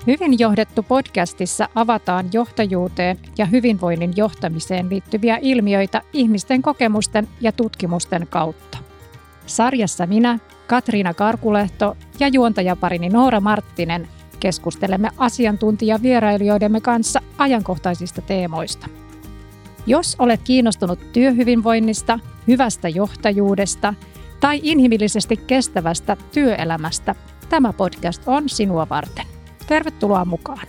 Hyvin johdettu podcastissa avataan johtajuuteen ja hyvinvoinnin johtamiseen liittyviä ilmiöitä ihmisten kokemusten ja tutkimusten kautta. Sarjassa minä, Katriina Karkulehto ja juontajaparini Noora Marttinen keskustelemme asiantuntijavierailijoidemme kanssa ajankohtaisista teemoista. Jos olet kiinnostunut työhyvinvoinnista, hyvästä johtajuudesta tai inhimillisesti kestävästä työelämästä, tämä podcast on sinua varten. Tervetuloa mukaan!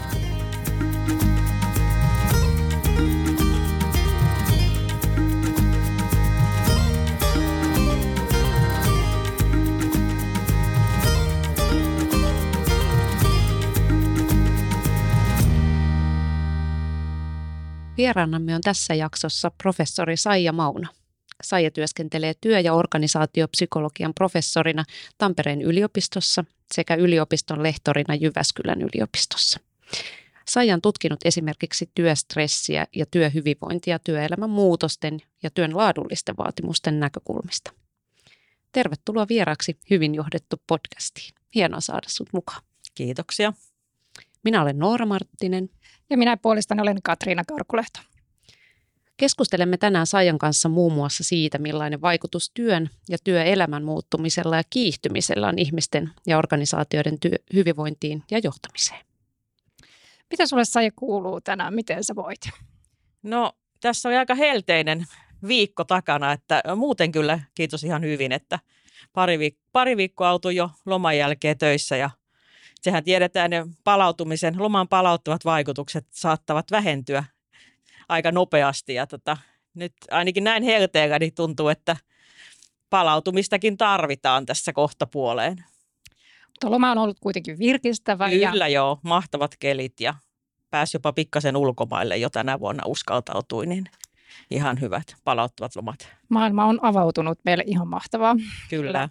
Vieraanamme on tässä jaksossa professori Saija Mauna. Saija työskentelee työ- ja organisaatiopsykologian professorina Tampereen yliopistossa sekä yliopiston lehtorina Jyväskylän yliopistossa. Saija on tutkinut esimerkiksi työstressiä ja työhyvinvointia työelämän muutosten ja työn laadullisten vaatimusten näkökulmista. Tervetuloa vieraaksi Hyvin johdettu podcastiin. Hienoa saada sinut mukaan. Kiitoksia. Minä olen Noora Marttinen. Ja minä puolestani olen Katriina Karkulehto. Keskustelemme tänään Saijan kanssa muun muassa siitä, millainen vaikutus työn ja työelämän muuttumisella ja kiihtymisellä on ihmisten ja organisaatioiden hyvinvointiin ja johtamiseen. Mitä sulle, Saija, kuuluu tänään? Miten sä voit? No, tässä oli aika helteinen viikko takana, että muuten kyllä kiitos ihan hyvin, että pari viikkoa oltu jo loman jälkeen töissä ja sehän tiedetään, ne loman palauttavat vaikutukset saattavat vähentyä aika nopeasti ja nyt ainakin näin helteellä niin tuntuu, että palautumistakin tarvitaan tässä kohtapuoleen. Mutta loma on ollut kuitenkin virkistävä. Kyllä joo, mahtavat kelit ja pääsi jopa pikkasen ulkomaille jo tänä vuonna uskaltautui, niin ihan hyvät palauttavat lomat. Maailma on avautunut meille, ihan mahtavaa. Kyllä.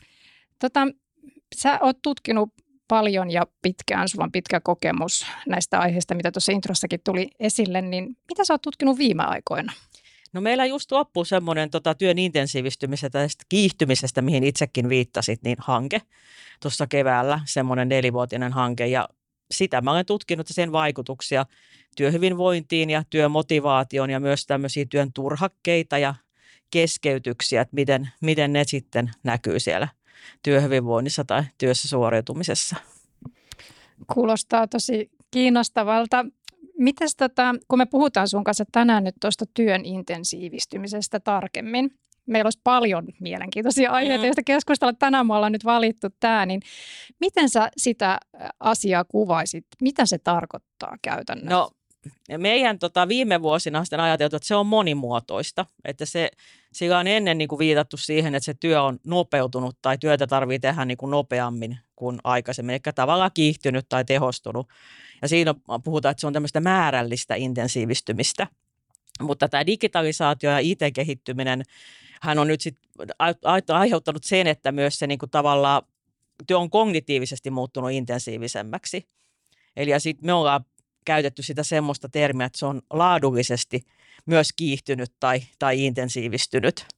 Sä oot tutkinut paljon ja pitkään, sulla on pitkä kokemus näistä aiheista, mitä tuossa introssakin tuli esille, niin mitä sä oot tutkinut viime aikoina? No meillä just loppui semmoinen työn intensiivistymisestä ja kiihtymisestä, mihin itsekin viittasit, niin hanke tuossa keväällä, semmoinen 4-vuotinen hanke ja sitä mä olen tutkinut sen vaikutuksia työhyvinvointiin ja työmotivaatioon ja myös tämmöisiä työn turhakkeita ja keskeytyksiä, että miten ne sitten näkyy siellä työhyvinvoinnissa tai työssä suoriutumisessa. Kuulostaa tosi kiinnostavalta. Mites kun me puhutaan sun kanssa tänään nyt tuosta työn intensiivistymisestä tarkemmin, meillä olisi paljon mielenkiintoisia aiheita, joista keskustella. Tänään me ollaan nyt valittu tämä, niin miten sä sitä asiaa kuvaisit? Mitä se tarkoittaa käytännössä? No meidän viime vuosina on sitten ajateltu, että se on monimuotoista, että sillä on ennen niin kuin viitattu siihen, että se työ on nopeutunut tai työtä tarvitsee tehdä niin kuin nopeammin kuin aikaisemmin, eli tavallaan kiihtynyt tai tehostunut. Ja siinä puhutaan, että se on tämmöistä määrällistä intensiivistymistä. Mutta tämä digitalisaatio ja IT-kehittyminen, hän on nyt sitten aiheuttanut sen, että myös se niin kuin tavallaan työ on kognitiivisesti muuttunut intensiivisemmäksi. Eli ja sitten me ollaan käytetty sitä semmoista termiä, että se on laadullisesti myös kiihtynyt tai intensiivistynyt.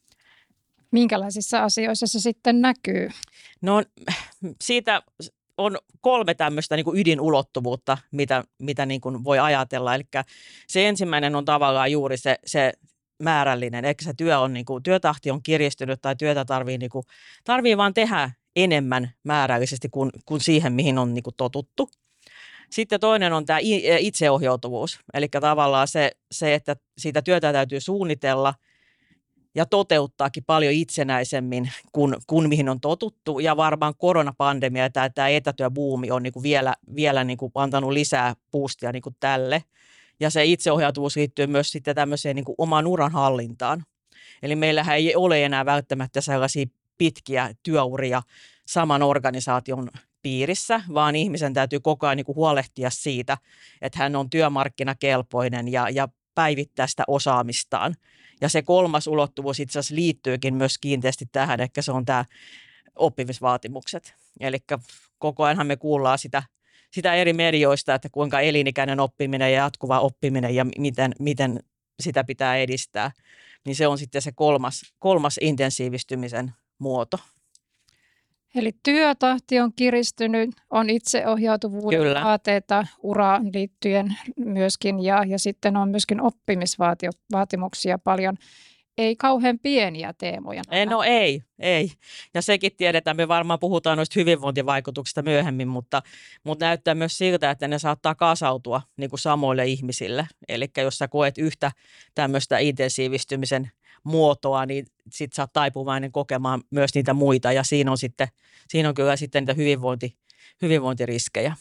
Minkälaisissa asioissa se sitten näkyy? No siitä on 3 tämmöistä niin kuin ydinulottuvuutta, mitä niin kuin voi ajatella. Eli se ensimmäinen on tavallaan juuri se määrällinen, eli se työ on, niin kuin, työtahti on kiristynyt tai työtä tarvii vaan tehdä enemmän määrällisesti kuin siihen, mihin on niin kuin totuttu. Sitten toinen on tämä itseohjautuvuus, eli tavallaan se, että siitä työtä täytyy suunnitella ja toteuttaakin paljon itsenäisemmin kuin mihin on totuttu. Ja varmaan koronapandemia ja tämä etätyöbuumi on niin kuin vielä niin kuin antanut lisää boostia niin kuin tälle. Ja se itseohjautuvuus liittyy myös sitten tämmöiseen niin kuin oman uran hallintaan. Eli meillähän ei ole enää välttämättä sellaisia pitkiä työuria saman organisaation piirissä, vaan ihmisen täytyy koko ajan niin kuin huolehtia siitä, että hän on työmarkkinakelpoinen ja päivittää sitä osaamistaan. Ja se 3. ulottuvuus itse asiassa liittyykin myös kiinteästi tähän, että se on tämä oppimisvaatimukset. Eli koko ajanhan me kuullaan sitä eri medioista, että kuinka elinikäinen oppiminen ja jatkuva oppiminen ja miten sitä pitää edistää. Niin se on sitten se kolmas intensiivistymisen muoto. Eli työtahti on kiristynyt, on itseohjautuvuuden Kyllä. vaateita uraan liittyen myöskin ja sitten on myöskin oppimisvaatimuksia paljon. Ei kauhean pieniä teemoja. No ei. Ja sekin tiedetään, me varmaan puhutaan noista hyvinvointivaikutuksista myöhemmin, mutta näyttää myös siltä, että ne saattaa kasautua niin kuin samoille ihmisille. Eli jos sä koet yhtä tämmöistä intensiivistymisen muotoa, niin sit sä oot taipuvainen kokemaan myös niitä muita ja siinä on kyllä sitten niitä hyvinvointiriskejä.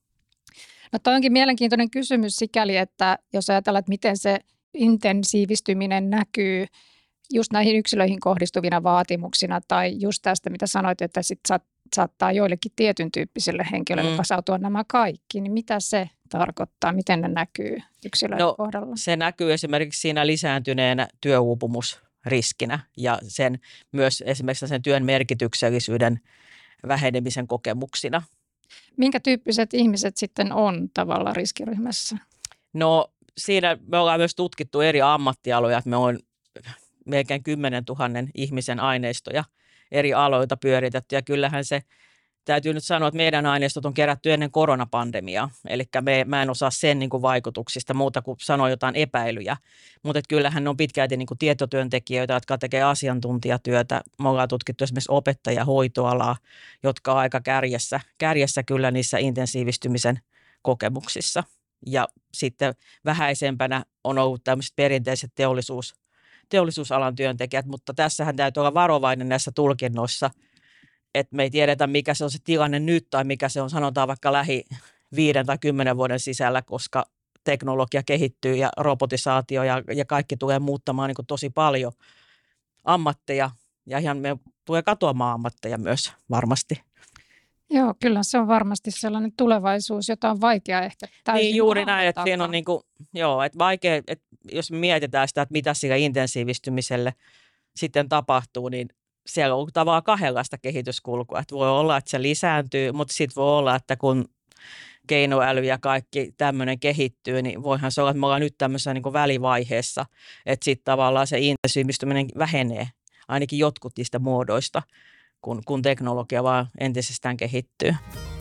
No toi onkin mielenkiintoinen kysymys sikäli, että jos ajatellaan, että miten se intensiivistyminen näkyy just näihin yksilöihin kohdistuvina vaatimuksina tai just tästä, mitä sanoit, että sit saattaa joillekin tietyn tyyppisille henkilöille kasautua nämä kaikki, niin mitä se tarkoittaa, miten ne näkyy yksilöiden kohdalla? Se näkyy esimerkiksi siinä lisääntyneenä työuupumusriskinä ja sen myös esimerkiksi sen työn merkityksellisyyden vähenemisen kokemuksina. Minkä tyyppiset ihmiset sitten on tavallaan riskiryhmässä? No siinä me ollaan myös tutkittu eri ammattialoja, että me on melkein 10 000 ihmisen aineistoja eri aloilta pyöritetty ja kyllähän se täytyy nyt sanoa, että meidän aineistot on kerätty ennen koronapandemiaa, eli mä en osaa sen niin kuin vaikutuksista muuta kuin sanoa jotain epäilyjä, mutta kyllähän ne on pitkälti niin kuin tietotyöntekijöitä, jotka tekee asiantuntijatyötä. Me ollaan tutkittu esimerkiksi opettajia, hoitoalaa, jotka on aika kärjessä kyllä niissä intensiivistymisen kokemuksissa. Ja sitten vähäisempänä on ollut tämmöiset perinteiset teollisuusalan työntekijät, mutta tässähän täytyy olla varovainen näissä tulkinnoissa, että me ei tiedetä, mikä se on se tilanne nyt tai mikä se on sanotaan vaikka lähi 5 tai 10 vuoden sisällä, koska teknologia kehittyy ja robotisaatio ja kaikki tulee muuttamaan niin kuin tosi paljon ammatteja ja ihan me tulee katoamaan ammatteja myös varmasti. Joo, kyllä se on varmasti sellainen tulevaisuus, jota on vaikea ehkä täysin niin juuri näin, että siinä on niin kuin, että vaikea, että jos me mietitään sitä, että mitä sillä intensiivistymiselle sitten tapahtuu, niin siellä on tavallaan kahdenlaista kehityskulkua. Että voi olla, että se lisääntyy, mutta sitten voi olla, että kun keinoäly ja kaikki tämmöinen kehittyy, niin voihan se olla, että me ollaan nyt tämmöisessä niin kuin välivaiheessa, että sitten tavallaan se intensiivistyminen vähenee, ainakin jotkut niistä muodoista, kun teknologia vaan entisestään kehittyy.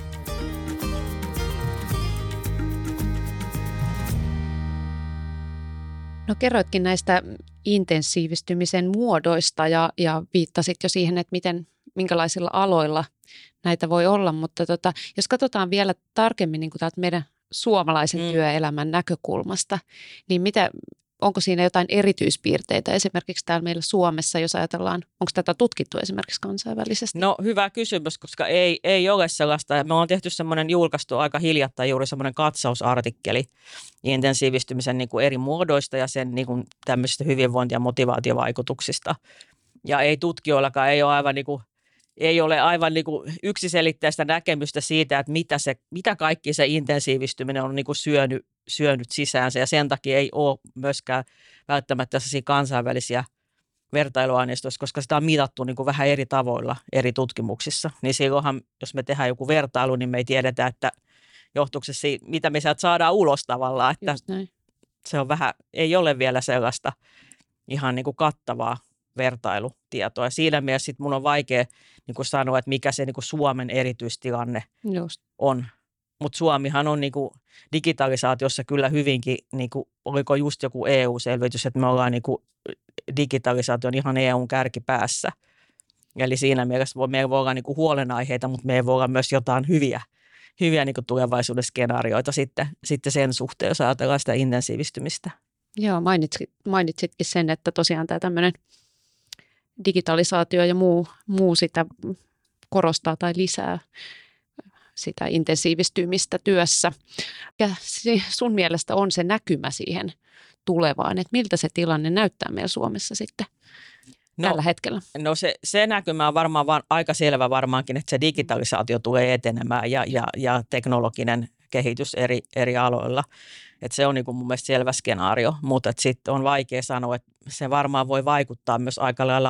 No kerroitkin näistä intensiivistymisen muodoista ja viittasit jo siihen, että minkälaisilla aloilla näitä voi olla, mutta jos katsotaan vielä tarkemmin niin kuin täältä meidän suomalaisen työelämän näkökulmasta, niin onko siinä jotain erityispiirteitä esimerkiksi täällä meillä Suomessa, jos ajatellaan, onko tätä tutkittu esimerkiksi kansainvälisesti? No hyvä kysymys, koska ei ole sellaista. Me ollaan tehty julkaistu aika hiljattain juuri semmoinen katsausartikkeli intensiivistymisen niin kuin eri muodoista ja sen niin kuin tämmöisistä hyvinvointi- ja motivaatiovaikutuksista. Ja ei tutkijoillakaan ei ole aivan niin kuin yksiselitteistä näkemystä siitä, että mitä kaikki se intensiivistyminen on niin kuin syönyt sisäänsä ja sen takia ei ole myöskään välttämättä kansainvälisiä vertailuaineistoja, koska sitä on mitattu niin kuin vähän eri tavoilla eri tutkimuksissa. Niin silloinhan, jos me tehdään joku vertailu, niin me ei tiedetä, että johtuuko se siitä, mitä me sieltä saadaan ulos tavallaan, että se on ei ole vielä sellaista ihan niin kuin kattavaa vertailutietoa. Ja siinä mielessä sit mun on vaikea niin kuin sanoa, että mikä se niin kuin Suomen erityistilanne on. Mutta Suomihan on niin kuin digitalisaatiossa kyllä hyvinkin, niin kuin, oliko just joku EU-selvitys, että me ollaan niin kuin digitalisaation ihan EUn kärkipäässä. Eli siinä mielessä meillä voi olla niin kuin huolenaiheita, mutta meillä voi olla myös jotain hyviä niin kuin tulevaisuuden skenaarioita sitten sen suhteen, jos ajatellaan sitä intensiivistymistä. Joo, mainitsitkin sen, että tosiaan tämä tämmöinen digitalisaatio ja muu sitä korostaa tai lisää sitä intensiivistymistä työssä. Ja sun mielestä on se näkymä siihen tulevaan, että miltä se tilanne näyttää meillä Suomessa sitten tällä hetkellä? No se näkymä on varmaan aika selvä varmaankin, että se digitalisaatio tulee etenemään ja teknologinen kehitys eri aloilla. Että se on niin kuin mun mielestä selvä skenaario, mutta sitten on vaikea sanoa, että se varmaan voi vaikuttaa myös aika lailla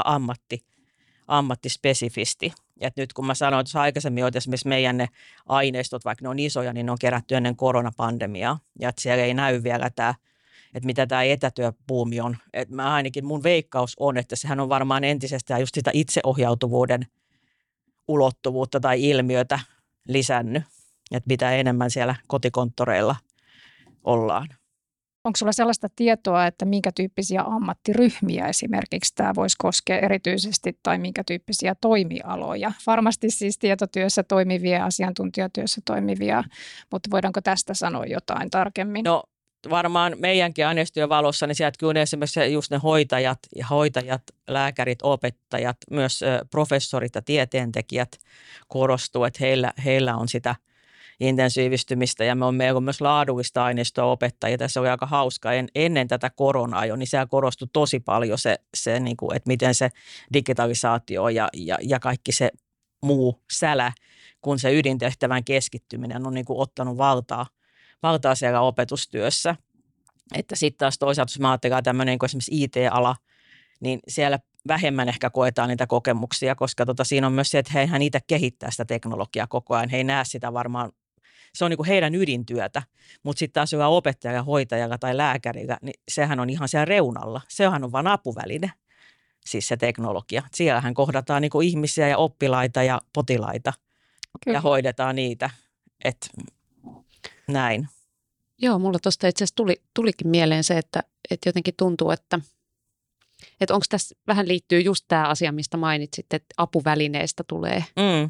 ammattispesifisti. Et nyt kun mä sanoin, että aikaisemmin olet esimerkiksi meidän ne aineistot, vaikka ne on isoja, niin ne on kerätty ennen koronapandemiaa. Ja että siellä ei näy vielä tämä, että mitä tämä etätyöbuumi on. Että mä ainakin mun veikkaus on, että sehän on varmaan entisestään just sitä itseohjautuvuuden ulottuvuutta tai ilmiötä lisännyt, että mitä enemmän siellä kotikonttoreilla ollaan. Onko sulla sellaista tietoa, että minkä tyyppisiä ammattiryhmiä esimerkiksi tämä voisi koskea erityisesti tai minkä tyyppisiä toimialoja? Varmasti siis tietotyössä toimivia, asiantuntijatyössä toimivia, mutta voidaanko tästä sanoa jotain tarkemmin? No varmaan meidänkin aineistojen valossa, niin sieltä kyllä esimerkiksi just ne hoitajat, lääkärit, opettajat, myös professorit ja tieteentekijät korostuu, että heillä on sitä intensiivistymistä ja meillä on myös laadullista aineistoa opettajia. Tässä oli aika hauska ennen tätä koronaa jo, niin siellä korostui tosi paljon se niin kuin, että miten se digitalisaatio ja kaikki se muu sälä, kun se ydintehtävän keskittyminen on niin kuin ottanut valtaa siellä opetustyössä. Että sitten taas toisaalta, jos mä ajattelen tämmöinen niin kuin esimerkiksi IT-ala, niin siellä vähemmän ehkä koetaan niitä kokemuksia, koska siinä on myös se, että hehän itse kehittää sitä teknologiaa koko ajan. He ei näe sitä varmaan, se on niin kuin heidän ydintyötä, mutta sitten taas jollain opettajalla, hoitajalla tai lääkärillä, niin sehän on ihan siellä reunalla. Sehän on vain apuväline, siis se teknologia. Siellähän kohdataan niin kuin ihmisiä ja oppilaita ja potilaita ja hoidetaan niitä, että näin. Joo, mulla tuosta itse asiassa tulikin mieleen se, että jotenkin tuntuu, että onko tässä vähän liittyy just tämä asia, mistä mainitsit, että apuvälineestä tulee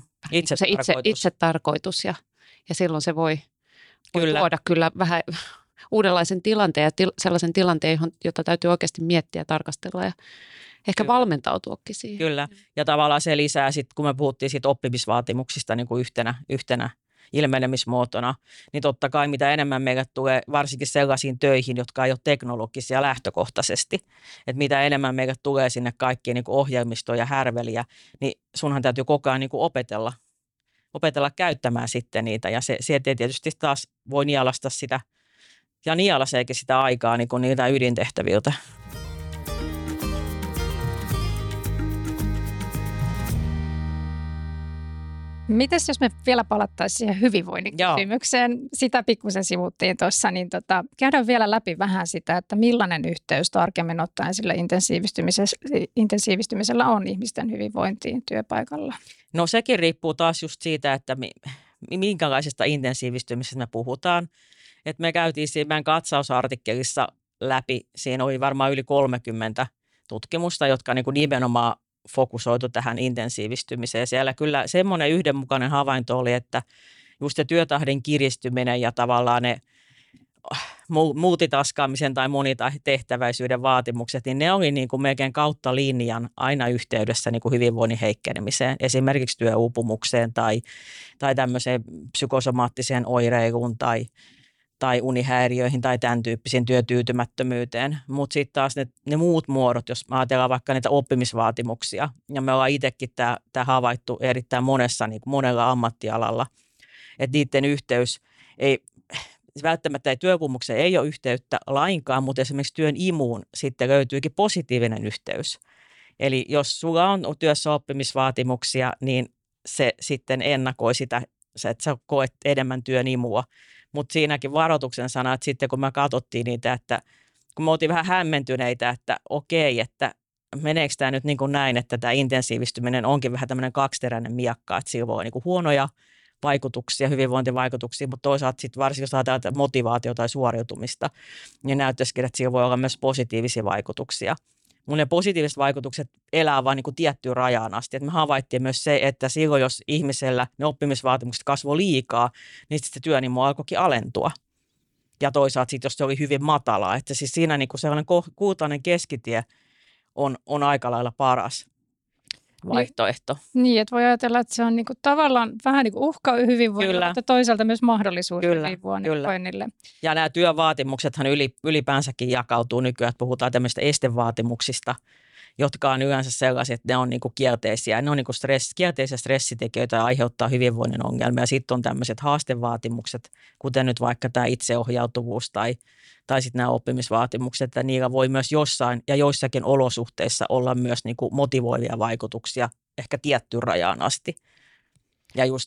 itse tarkoitus ja silloin se voi tuoda kyllä vähän uudenlaisen tilanteen ja sellaisen tilanteen, jota täytyy oikeasti miettiä ja tarkastella ja ehkä valmentautuakin siihen. Kyllä, ja tavallaan se lisää sitten, kun me puhuttiin siitä oppimisvaatimuksista niin kuin yhtenä ilmenemismuotona, niin totta kai mitä enemmän meille tulee varsinkin sellaisiin töihin, jotka ei ole teknologisia lähtökohtaisesti, että mitä enemmän meille tulee sinne kaikkiin niin kuin ohjelmistoja ja härveliä, niin sunhan täytyy koko ajan niin kuin opetella käyttämään sitten niitä ja se tietysti taas voi nialasta sitä ja nialaseekin sitä aikaa niin kuin niiltä ydintehtäviltä. Mites jos me vielä palattaisiin siihen hyvinvoinnin kysymykseen? Sitä pikkusen sivuttiin tuossa, niin käydään vielä läpi vähän sitä, että millainen yhteys tarkemmin ottaen sillä intensiivistymisellä on ihmisten hyvinvointiin työpaikalla? No sekin riippuu taas just siitä, että minkälaisesta intensiivistymisestä me puhutaan. Et me käytiin siinä meidän katsausartikkelissa läpi, siinä oli varmaan yli 30 tutkimusta, jotka niin kuin nimenomaan fokusoitu tähän intensiivistymiseen. Siellä kyllä semmoinen yhdenmukainen havainto oli, että just se työtahdin kiristyminen ja tavallaan ne multitaskaamisen tai monitehtäväisyyden vaatimukset, niin ne oli niin kuin melkein kautta linjan aina yhteydessä niin kuin hyvinvoinnin heikkenemiseen, esimerkiksi työuupumukseen tai tämmöiseen psykosomaattiseen oireiluun tai unihäiriöihin tai tämän tyyppisiin työtyytymättömyyteen. Mutta sitten taas ne muut muodot, jos ajatellaan vaikka niitä oppimisvaatimuksia, ja me ollaan itsekin tämä havaittu erittäin monella ammattialalla, että niiden yhteys ei välttämättä työuupumukseen ei ole yhteyttä lainkaan, mutta esimerkiksi työn imuun sitten löytyykin positiivinen yhteys. Eli jos sulla on työssä oppimisvaatimuksia, niin se sitten ennakoi sitä, että sä koet enemmän työn imua. Mutta siinäkin varoituksen sana, että sitten kun me katsottiin niitä, että kun me oltiin vähän hämmentyneitä, että okei, että meneekö tämä nyt niin kuin näin, että tämä intensiivistyminen onkin vähän tämmöinen kaksiteräinen miakka, että sillä voi olla niin kuin huonoja vaikutuksia, hyvinvointivaikutuksia, mutta toisaalta sitten varsinkin jos ajatellaan motivaatiota tai suoriutumista, niin näyttäisikin, että sillä voi olla myös positiivisia vaikutuksia. Mun ne positiiviset vaikutukset elää vain niin kuin tiettyyn rajaan asti. Et me havaittiin myös se, että silloin jos ihmisellä ne oppimisvaatimukset kasvoi liikaa, niin sitten se työnimo alkoikin alentua. Ja toisaalta sitten, jos se oli hyvin matalaa, että siis siinä niin kuin sellainen kultainen keskitie on aika lailla paras vaihtoehto. Niin, että voi ajatella, että se on niinku tavallaan vähän niin kuin uhka hyvinvoinnille, mutta toisaalta myös mahdollisuus hyvinvoinnille. Ja nämä työvaatimuksethan ylipäänsäkin jakautuu nykyään, että puhutaan tämmöistä estevaatimuksista, jotka on yleensä sellaisia, että ne on niinku kielteisiä. Ne on niinku kielteisiä stressitekijöitä ja aiheuttaa hyvinvoinnin ongelmia. Sitten on tämmöiset haastevaatimukset, kuten nyt vaikka tämä itseohjautuvuus tai sitten nämä oppimisvaatimukset, että niillä voi myös jossain ja joissakin olosuhteissa olla myös niinku motivoivia vaikutuksia ehkä tiettyyn rajaan asti. Ja just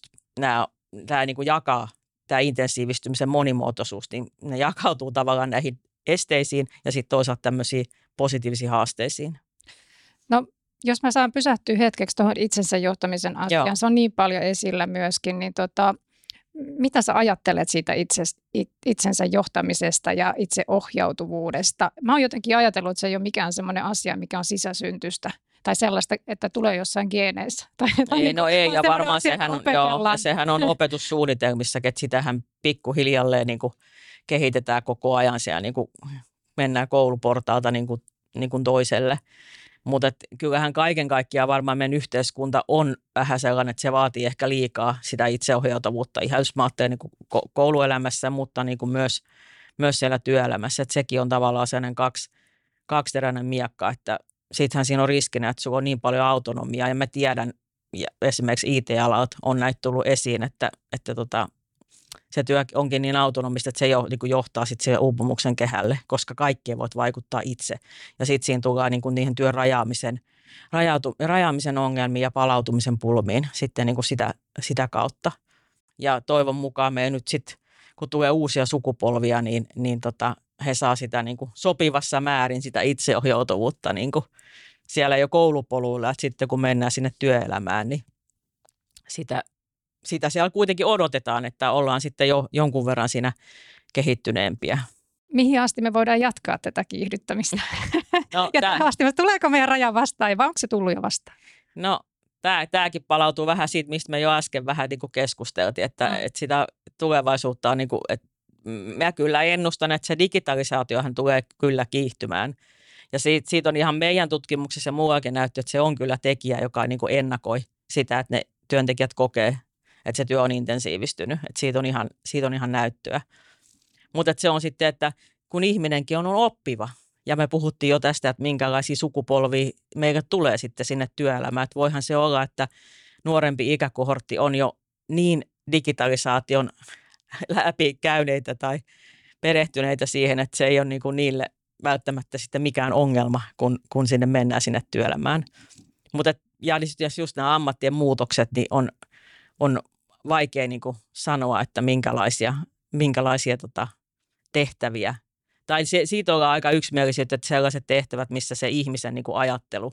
tämä niinku jakaa, tämä intensiivistymisen monimuotoisuus, niin ne jakautuu tavallaan näihin esteisiin ja sitten toisaalta tämmöisiin positiivisiin haasteisiin. No jos mä saan pysähtyä hetkeksi tuohon itsensä johtamisen asiaan, Joo. se on niin paljon esillä myöskin, niin mitä sä ajattelet siitä itsensä johtamisesta ja itseohjautuvuudesta? Mä oon jotenkin ajatellut, että se ei ole mikään semmoinen asia, mikä on sisäsyntystä tai sellaista, että tulee jossain geeneissä. Ei, ja varmaan sehän sehän on opetussuunnitelmissa, että sitähän pikkuhiljalleen niin kuin kehitetään koko ajan siellä, niin kuin mennään kouluportaalta niin kuin toiselle. Mutta kyllähän kaiken kaikkiaan varmaan meidän yhteiskunta on vähän sellainen, että se vaatii ehkä liikaa sitä itseohjautuvuutta. Ihan jos mä ajattelen niin kuin kouluelämässä, mutta niin kuin myös siellä työelämässä. Että sekin on tavallaan sellainen kaksiteräinen miekka, että sittenhän siinä on riskinä, että sulla on niin paljon autonomiaa. Ja mä tiedän, ja esimerkiksi IT-alalta on näitä tullut esiin, että se työ onkin niin autonomista, että se niin kuin johtaa sitten siihen uupumuksen kehälle, koska kaikkeen voit vaikuttaa itse. Ja sitten siinä tullaan niin kuin niihin työn rajaamisen ongelmiin ja palautumisen pulmiin sitten niin kuin sitä kautta. Ja toivon mukaan me nyt sitten, kun tulee uusia sukupolvia, niin he saa sitä niin kuin sopivassa määrin sitä itseohjautuvuutta niin kuin siellä jo koulupoluilla, että sitten kun mennään sinne työelämään, niin sitä siellä kuitenkin odotetaan, että ollaan sitten jo jonkun verran siinä kehittyneempiä. Mihin asti me voidaan jatkaa tätä kiihdyttämistä? No, ja tähän asti, tuleeko meidän raja vastaan vai onko se tullut jo vastaan? No tämäkin palautuu vähän siitä, mistä me jo äsken vähän niin kuin keskusteltiin, että sitä tulevaisuutta on, niin kuin, että mä kyllä ennustan, että se digitalisaatiohan tulee kyllä kiihtymään. Ja siitä on ihan meidän tutkimuksessa ja muuallakin näyttö, että se on kyllä tekijä, joka niin kuin ennakoi sitä, että ne työntekijät kokee, että se työ on intensiivistynyt, että siitä on ihan näyttöä. Mutta se on sitten, että kun ihminenkin on oppiva, ja me puhuttiin jo tästä, että minkälaisia sukupolvia meille tulee sitten sinne työelämään, että voihan se olla, että nuorempi ikäkohortti on jo niin digitalisaation läpikäyneitä tai perehtyneitä siihen, että se ei ole niin kuin niille välttämättä sitten mikään ongelma, kun sinne mennään sinne työelämään. Mutta ja just nämä ammattien muutokset, niin on vaikea niin kuin sanoa, että minkälaisia tehtäviä. Tai siitä ollaan aika yksimielisiä, että sellaiset tehtävät, missä se ihmisen niin kuin ajattelu,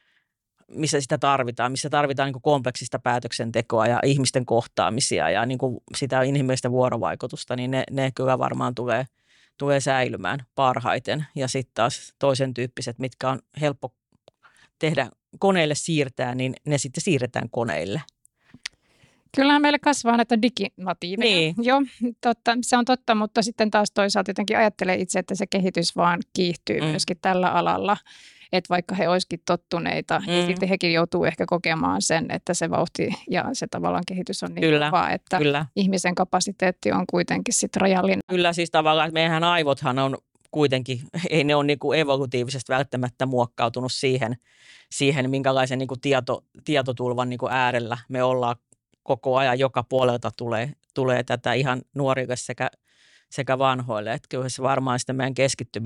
missä sitä tarvitaan, missä tarvitaan niin kuin kompleksista päätöksentekoa ja ihmisten kohtaamisia ja niin kuin sitä inhimillistä vuorovaikutusta, niin ne kyllä varmaan tulee säilymään parhaiten. Ja sitten taas toisen tyyppiset, mitkä on helppo tehdä koneille siirtää, niin ne sitten siirretään koneille. Kyllähän meille kasvaa näitä diginatiiveja. Niin. Joo, se on totta, mutta sitten taas toisaalta jotenkin ajattelee itse, että se kehitys vaan kiihtyy myöskin tällä alalla. Että vaikka he olisikin tottuneita, niin sitten hekin joutuu ehkä kokemaan sen, että se vauhti ja se tavallaan kehitys on niin kovaa, että ihmisen kapasiteetti on kuitenkin sitten rajallinen. Kyllä siis tavallaan, että meidän aivothan on kuitenkin, ei ne ole niin kuin evolutiivisesti välttämättä muokkautunut siihen minkälaisen niin kuin tietotulvan niin kuin äärellä me ollaan koko ajan. Joka puolelta tulee tätä ihan nuorille sekä vanhoille. Että kyllä se varmaan sitä meidän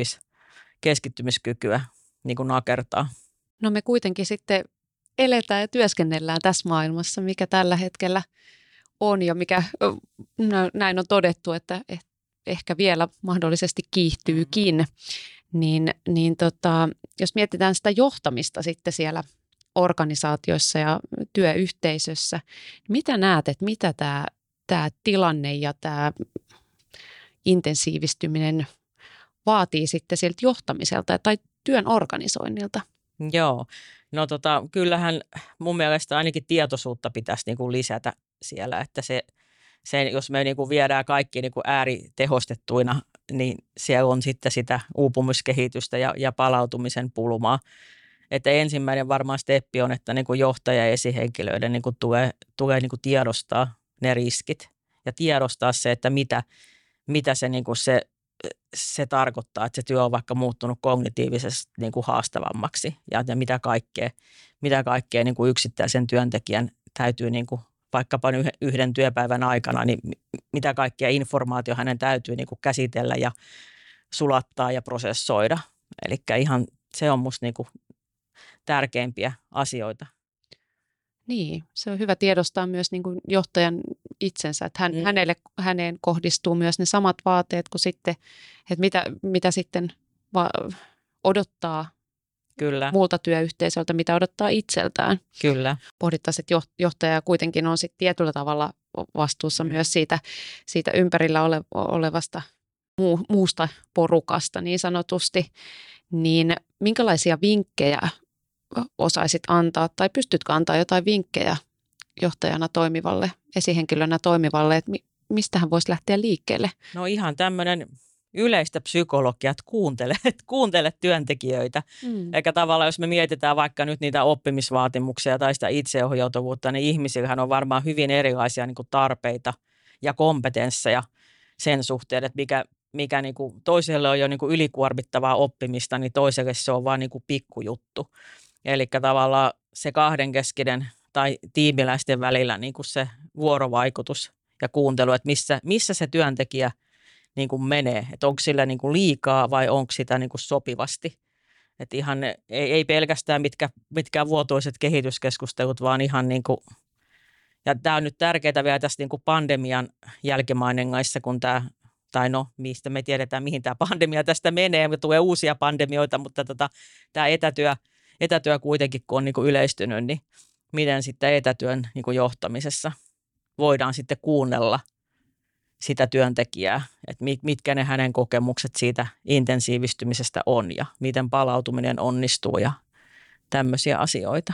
keskittymiskykyä niin kuin nakertaa. No me kuitenkin sitten eletään ja työskennellään tässä maailmassa, mikä tällä hetkellä on ja mikä näin on todettu, että ehkä vielä mahdollisesti kiihtyykin. Jos mietitään sitä johtamista sitten siellä organisaatioissa ja työyhteisössä, mitä näet, että mitä tämä tilanne ja tämä intensiivistyminen vaatii sitten siltä johtamiselta tai työn organisoinnilta? Joo, no kyllähän mun mielestä ainakin tietoisuutta pitäisi niin kuin lisätä siellä, että se jos me niin kuin viedään kaikki niin kuin ääritehostettuina, niin siellä on sitten sitä uupumiskehitystä ja palautumisen pulmaa. Että ensimmäinen varmaan steppi on, että niin kuin johtaja- ja esihenkilöiden niin kuin tulee niin kuin tiedostaa ne riskit ja tiedostaa se, että mitä se, niin kuin se tarkoittaa, että se työ on vaikka muuttunut kognitiivisesti niin kuin haastavammaksi ja mitä kaikkea niin kuin yksittäisen työntekijän täytyy niin kuin vaikkapa yhden työpäivän aikana, niin mitä kaikkea informaatio hänen täytyy niin kuin käsitellä ja sulattaa ja prosessoida. Eli ihan se on musta niin kuin tärkeimpiä asioita. Niin, se on hyvä tiedostaa myös niin kuin johtajan itsensä, että häneen kohdistuu myös ne samat vaateet kuin sitten, että mitä sitten odottaa Kyllä. muulta työyhteisöltä, mitä odottaa itseltään. Kyllä. Pohdittaisiin, että johtaja kuitenkin on sitten tietyllä tavalla vastuussa myös siitä ympärillä olevasta muusta porukasta niin sanotusti. Niin minkälaisia vinkkejä osaisit antaa tai pystytkö antaa jotain vinkkejä johtajana toimivalle, esihenkilönä toimivalle, että mistä hän voisi lähteä liikkeelle? No ihan tämmöinen yleistä psykologiaa, että kuuntele työntekijöitä. Eikä tavallaan, jos me mietitään vaikka nyt niitä oppimisvaatimuksia tai sitä itseohjautuvuutta, niin ihmisillähän on varmaan hyvin erilaisia niin kuin tarpeita ja kompetensseja sen suhteen, että mikä niin kuin toiselle on jo niin kuin ylikuormittavaa oppimista, niin toiselle se on vaan niin kuin pikkujuttu. Eli tavallaan se kahdenkeskinen tai tiimiläisten välillä niin kuin se vuorovaikutus ja kuuntelu, että missä se työntekijä niin kuin menee, että onko sillä niin kuin liikaa vai onko sitä niin kuin sopivasti. Että ihan ei pelkästään mitkään vuotuiset kehityskeskustelut, vaan ihan niin kuin, ja tämä on nyt tärkeää vielä tässä niin kuin pandemian jälkimainingeissa, kun tämä, tai no mistä me tiedetään, mihin tämä pandemia tästä menee, me tulee uusia pandemioita, mutta tämä etätyö kuitenkin, kun on niin kuin yleistynyt, niin miten sitten etätyön niin kuin johtamisessa voidaan sitten kuunnella sitä työntekijää, että mitkä ne hänen kokemukset siitä intensiivistymisestä on ja miten palautuminen onnistuu ja tämmöisiä asioita.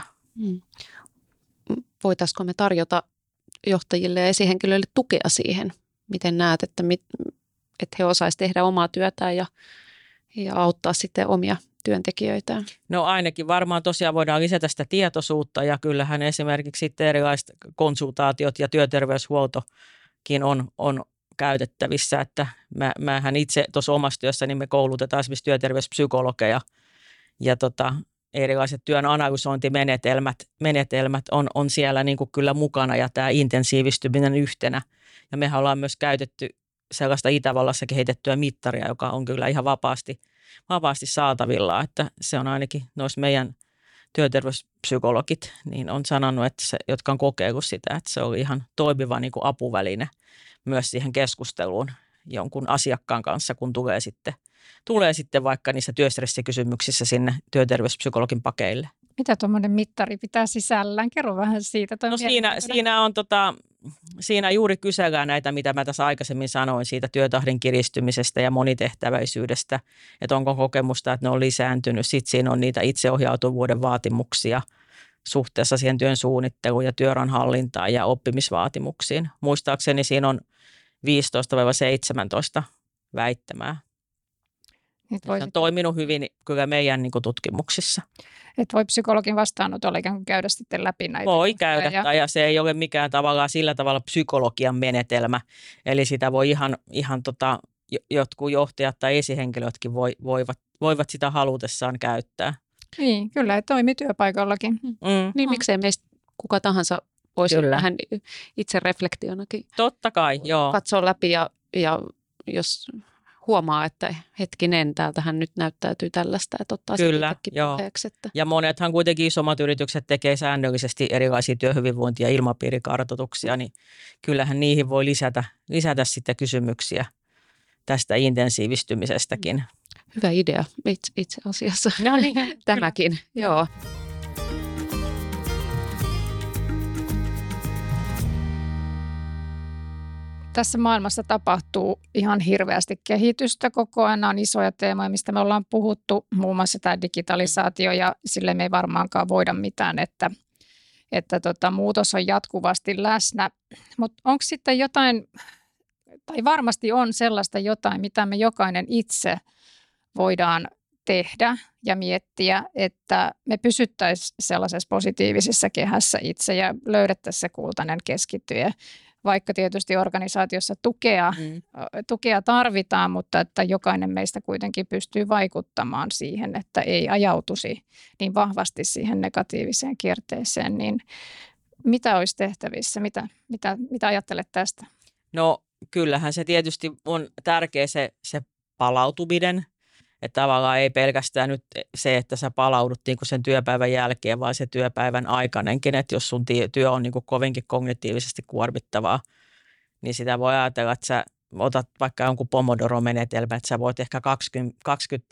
Voitaisiko me tarjota johtajille ja esihenkilöille tukea siihen? Miten näet, että he osaisivat tehdä omaa työtään ja auttaa sitten omia työntekijöitään? No ainakin varmaan tosiaan voidaan lisätä sitä tietoisuutta ja kyllähän esimerkiksi sitten erilaiset konsultaatiot ja työterveyshuoltokin on käytettävissä, että mähän itse tuossa omassa työssäni me koulutetaan esimerkiksi työterveyspsykologeja ja erilaiset työn analysointimenetelmät on siellä niin kuin kyllä mukana ja tämä intensiivistyminen yhtenä. Ja mehän ollaan myös käytetty sellaista Itävallassa kehitettyä mittaria, joka on kyllä ihan vapaasti saatavilla, että se on ainakin noissa meidän työterveyspsykologit, niin on sanonut, että jotka on kokeillut sitä, että se oli ihan toimiva niin kuin apuväline myös siihen keskusteluun jonkun asiakkaan kanssa, kun tulee sitten vaikka niissä työstressikysymyksissä sinne työterveyspsykologin pakeille. Mitä tuommoinen mittari pitää sisällään? Kerro vähän siitä. No siinä juuri kysellään näitä, mitä mä tässä aikaisemmin sanoin, siitä työtahdin kiristymisestä ja monitehtäväisyydestä, että onko kokemusta, että ne on lisääntynyt. Sitten siinä on niitä itseohjautuvuuden vaatimuksia suhteessa siihen työn suunnitteluun ja työrauhan hallintaan ja oppimisvaatimuksiin. Muistaakseni siinä on 15-17 väittämää. Se on toiminut hyvin kyllä meidän niin kuin tutkimuksissa. Että voi psykologin vastaanotolla ikään kuin käydä sitten läpi näitä. Voi käydä, ja se ei ole mikään tavallaan sillä tavalla psykologian menetelmä. Eli sitä voi ihan jotkut johtajat tai esihenkilötkin voivat sitä halutessaan käyttää. Niin, kyllä, toimii työpaikallakin. Niin miksei meistä kuka tahansa voisi vähän itse reflektionakin totta kai, joo. Katsoa läpi ja jos huomaa, että hetkinen, täältähän nyt näyttäytyy tällaista, että ottaa kyllä, sitäkin puheeksi. Että. Ja monethan kuitenkin isommat yritykset tekee säännöllisesti erilaisia työhyvinvointi- ja ilmapiirikartoituksia, niin kyllähän niihin voi lisätä sitten kysymyksiä tästä intensiivistymisestäkin. Hyvä idea itse asiassa. No niin. Tämäkin, joo. Tässä maailmassa tapahtuu ihan hirveästi kehitystä koko ajan. Nämä on isoja teemoja, mistä me ollaan puhuttu, muun muassa tämä digitalisaatio, ja sille me ei varmaankaan voida mitään, että muutos on jatkuvasti läsnä. Mutta onko sitten jotain, tai varmasti on sellaista jotain, mitä me jokainen itse voidaan tehdä ja miettiä, että me pysyttäisiin sellaisessa positiivisessa kehässä itse ja löydettäisiin se kultainen keskityö. Vaikka tietysti organisaatiossa tukea tarvitaan, mutta että jokainen meistä kuitenkin pystyy vaikuttamaan siihen, että ei ajautuisi niin vahvasti siihen negatiiviseen kierteeseen, niin mitä olisi tehtävissä? Mitä ajattelet tästä? No kyllähän se tietysti on tärkeä se palautuminen, että tavallaan ei pelkästään nyt se, että sä palaudut niin kuin sen työpäivän jälkeen, vaan se työpäivän aikainenkin, että jos sun työ on niin kuin kovinkin kognitiivisesti kuormittavaa, niin sitä voi ajatella, että sä otat vaikka jonkun Pomodoro-menetelmä, että sä voit ehkä 20 tai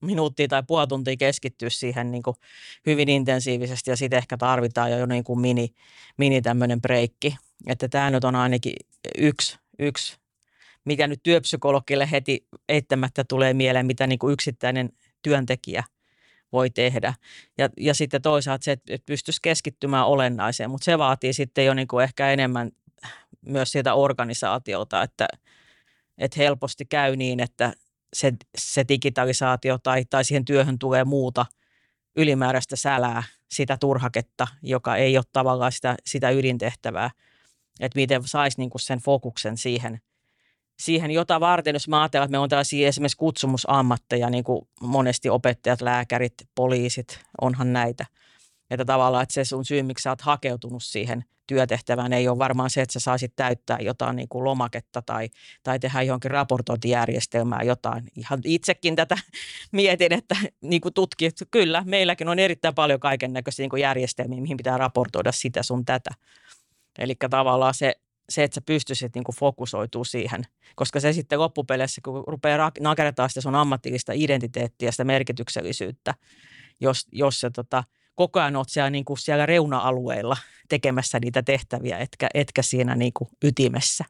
minuuttia tai puoli tuntia keskittyä siihen niin kuin hyvin intensiivisesti ja sitten ehkä tarvitaan jo niin kuin mini tämmöinen breikki. Että tämä nyt on ainakin yksi, mikä nyt työpsykologille heti eittämättä tulee mieleen, mitä niin kuin yksittäinen työntekijä voi tehdä. Ja sitten toisaalta se, että pystyisi keskittymään olennaiseen, mutta se vaatii sitten jo niin kuin ehkä enemmän myös sieltä organisaatiolta, että helposti käy niin, että se digitalisaatio tai siihen työhön tulee muuta ylimääräistä sälää, sitä turhaketta, joka ei ole tavallaan sitä ydintehtävää, että miten saisi niin kuin sen fokuksen siihen, jota varten, jos mä ajattelen, että me on tällaisia esimerkiksi kutsumusammatteja, niin kuin monesti opettajat, lääkärit, poliisit, onhan näitä. Että tavallaan, että se sun syy, miksi sä oot hakeutunut siihen työtehtävään, ei ole varmaan se, että sä saisit täyttää jotain niin kuin lomaketta tai tehdä johonkin raportointijärjestelmää jotain. Ihan itsekin tätä mietin, että niin kuin tutkijat, kyllä, meilläkin on erittäin paljon kaikennäköisiä niin kuin järjestelmiä, mihin pitää raportoida sitä sun tätä. Eli tavallaan se, että sä pystyisit niin kuin fokusoituu siihen, koska se sitten loppupeleissä, kun rupeaa nakertaa sitä sun ammatillista identiteettiä, sitä merkityksellisyyttä, jos se koko ajan olet siellä reuna-alueilla tekemässä niitä tehtäviä, etkä siinä niin kuin ytimessä.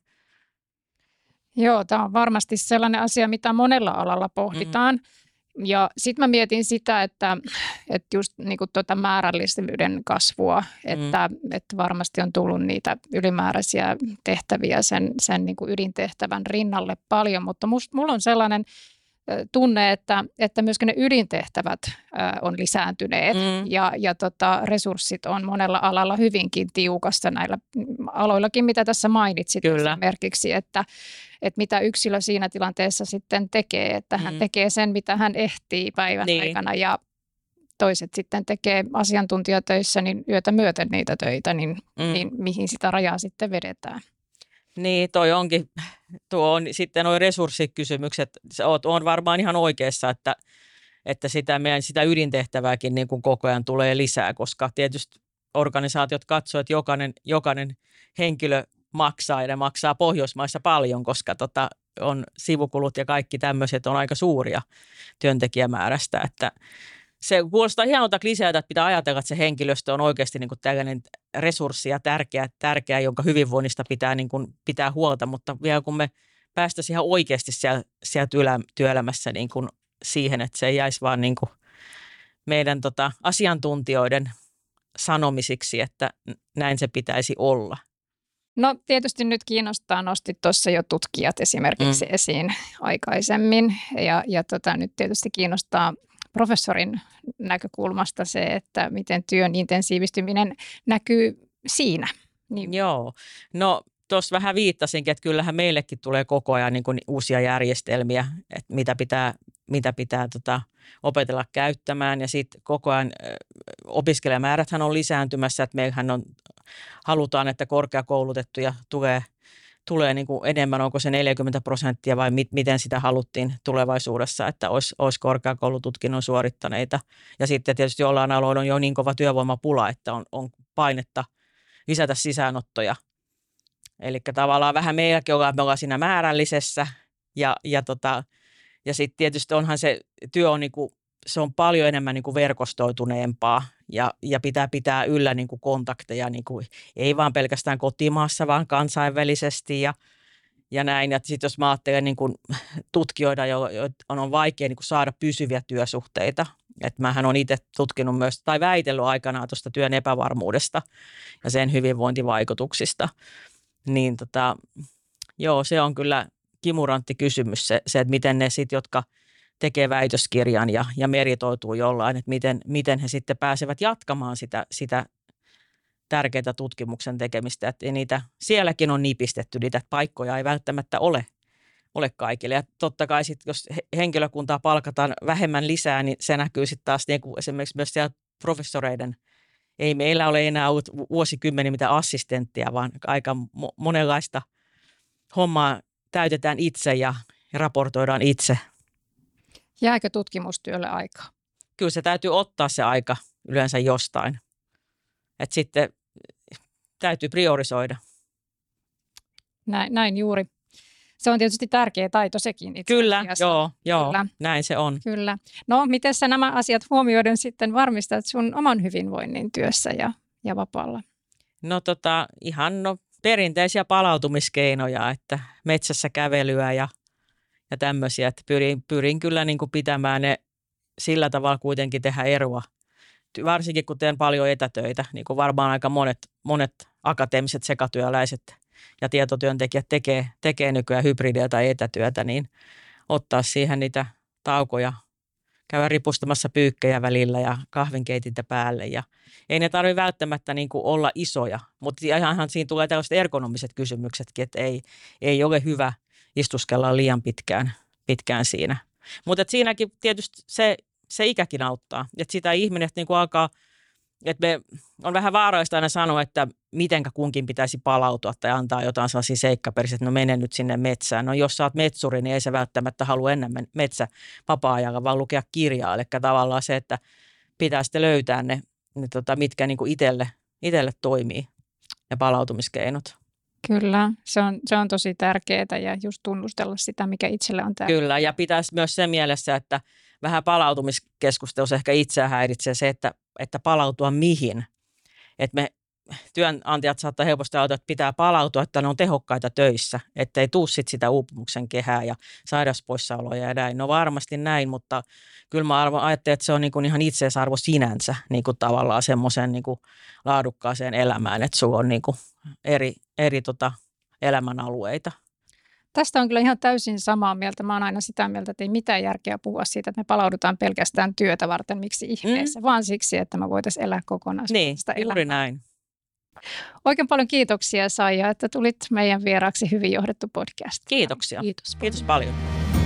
Joo, tämä on varmasti sellainen asia, mitä monella alalla pohditaan. Ja sitten mä mietin sitä, että just niin kuin tuota määrällisyyden kasvua, että varmasti on tullut niitä ylimääräisiä tehtäviä sen niin kuin ydintehtävän rinnalle paljon, mutta mulla on sellainen tunne, että myöskin ne ydintehtävät on lisääntyneet ja resurssit on monella alalla hyvinkin tiukassa näillä aloillakin, mitä tässä mainitsit. Kyllä. Esimerkiksi, että mitä yksilö siinä tilanteessa sitten tekee, että hän tekee sen, mitä hän ehtii päivän aikana ja toiset sitten tekee asiantuntijatöissä niin yötä myöten niitä töitä, niin mihin sitä rajaa sitten vedetään. Niin, tuo on sitten nuo resurssikysymykset, on varmaan ihan oikeassa, että sitä ydintehtävääkin niin kuin koko ajan tulee lisää, koska tietysti organisaatiot katsoo, että jokainen henkilö maksaa ja ne maksaa Pohjoismaissa paljon, koska on sivukulut ja kaikki tämmöiset on aika suuria työntekijämäärästä, että se kuulostaa hienolta kliseeltä, että pitää ajatella, että se henkilöstö on oikeasti niin kuin tällainen resurssi ja tärkeä, jonka hyvinvoinnista pitää, niin kuin, pitää huolta, mutta vielä kun me päästäisiin ihan oikeasti siellä työelämässä niin kuin siihen, että se ei jäisi vaan niin kuin meidän asiantuntijoiden sanomisiksi, että näin se pitäisi olla. No tietysti nyt kiinnostaa, nostit tuossa jo tutkijat esimerkiksi esiin aikaisemmin ja nyt tietysti kiinnostaa professorin näkökulmasta se, että miten työn intensiivistyminen näkyy siinä. Niin. Joo, no tuossa vähän viittasinkin, että kyllähän meillekin tulee koko ajan niin kuin uusia järjestelmiä, että mitä pitää opetella käyttämään ja sitten koko ajan opiskelijamääräthän on lisääntymässä, että meillähän halutaan, että korkeakoulutettuja tulee niin kuin enemmän, onko se 40% vai miten sitä haluttiin tulevaisuudessa, että olisi korkeakoulututkinnon suorittaneita. Ja sitten tietysti jollain aloilla on jo niin kova työvoimapula, että on painetta lisätä sisäänottoja. Eli tavallaan vähän meilläkin me ollaan siinä määrällisessä ja sitten tietysti onhan se työ on niin kuin, se on paljon enemmän niin kuin verkostoituneempaa ja pitää yllä niin kuin kontakteja, niin kuin, ei vaan pelkästään kotimaassa, vaan kansainvälisesti ja näin. Ja sitten jos mä ajattelen niin kuin tutkijoita, joiden on vaikea niin kuin saada pysyviä työsuhteita, että mähän olen itse tutkinut myös tai väitellyt aikanaan tuosta työn epävarmuudesta ja sen hyvinvointivaikutuksista, niin joo, se on kyllä kimurantti kysymys se että miten ne sitten, jotka tekee väitöskirjan ja meritoituu jollain, että miten he sitten pääsevät jatkamaan sitä tärkeää tutkimuksen tekemistä, että niitä sielläkin on nipistetty, niitä paikkoja ei välttämättä ole kaikille. Ja totta kai sitten, jos henkilökuntaa palkataan vähemmän lisää, niin se näkyy sitten taas niin kuin esimerkiksi myös siellä professoreiden. Ei meillä ole enää ollut vuosikymmeniä mitään assistenttia, vaan aika monenlaista hommaa täytetään itse ja raportoidaan itse. Jääkö tutkimustyölle aikaa? Kyllä se täytyy ottaa se aika yleensä jostain. Että sitten täytyy priorisoida. Näin juuri. Se on tietysti tärkeä taito sekin itse Kyllä, asiassa. joo, Kyllä. näin se on. Kyllä. No, miten sä nämä asiat huomioiden sitten varmistat sun oman hyvinvoinnin työssä ja vapaalla? No ihan perinteisiä palautumiskeinoja, että metsässä kävelyä ja tämmöisiä, että pyrin kyllä niin kuin pitämään ne sillä tavalla kuitenkin tehdä eroa. Varsinkin kun teen paljon etätöitä, niin kuin varmaan aika monet akateemiset sekatyöläiset ja tietotyöntekijät tekee nykyään hybridiä tai etätyötä, niin ottaa siihen niitä taukoja, käydä ripustamassa pyykkejä välillä ja kahvinkeitintä päälle. Ja ei ne tarvitse välttämättä niin kuin olla isoja, mutta ihan siinä tulee tällaiset ergonomiset kysymyksetkin, että ei ole hyvä istuskella liian pitkään siinä. Mutta siinäkin tietysti se ikäkin auttaa, että sitä ihminen niin kuin alkaa, että me on vähän vaarallista aina sanoa, että mitenkä kunkin pitäisi palautua tai antaa jotain sellaisia seikkaperisiä, että no mene nyt sinne metsään. No jos sä oot metsuri, niin ei se välttämättä halua ennen metsä vapaa-ajalla, vaan lukea kirjaa. Eli tavallaan se, että pitää sitten löytää ne mitkä niin kuin itselle toimii ja palautumiskeinot. Kyllä, se on tosi tärkeää ja just tunnustella sitä, mikä itselle on tärkeää. Kyllä, ja pitäisi myös se mielessä, että vähän palautumiskeskustelussa ehkä itseä häiritsee se, että palautua mihin. Että me työnantajat saattaa helposti ajatella, että pitää palautua, että ne on tehokkaita töissä, että ei tule sitä uupumuksen kehää ja sairauspoissaoloja ja näin. No varmasti näin, mutta kyllä mä ajattelen, että se on niin kuin ihan itseisarvo sinänsä niin kuin tavallaan semmoisen niin kuin laadukkaaseen elämään, että sulla on niin kuin eri elämänalueita. Tästä on kyllä ihan täysin samaa mieltä. Mä oon aina sitä mieltä, että ei mitään järkeä puhua siitä, että me palaudutaan pelkästään työtä varten. Miksi ihmeessä? Vaan siksi, että me voitaisiin elää kokonaisvaltaista elämää. Juuri näin. Oikein paljon kiitoksia, Saija, että tulit meidän vieraaksi Hyvin johdettu podcast. Kiitoksia. Kiitos paljon.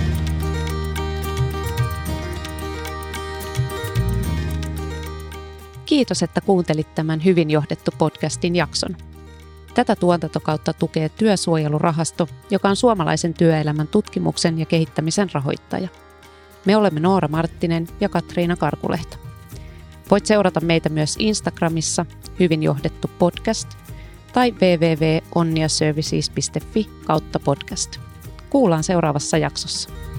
Kiitos, että kuuntelit tämän Hyvin johdettu podcastin jakson. Tätä tuotantokautta tukee Työsuojelurahasto, joka on suomalaisen työelämän tutkimuksen ja kehittämisen rahoittaja. Me olemme Noora Marttinen ja Katriina Karkulehto. Voit seurata meitä myös Instagramissa Hyvin johdettu podcast tai www.onniaservices.fi/podcast. Kuullaan seuraavassa jaksossa.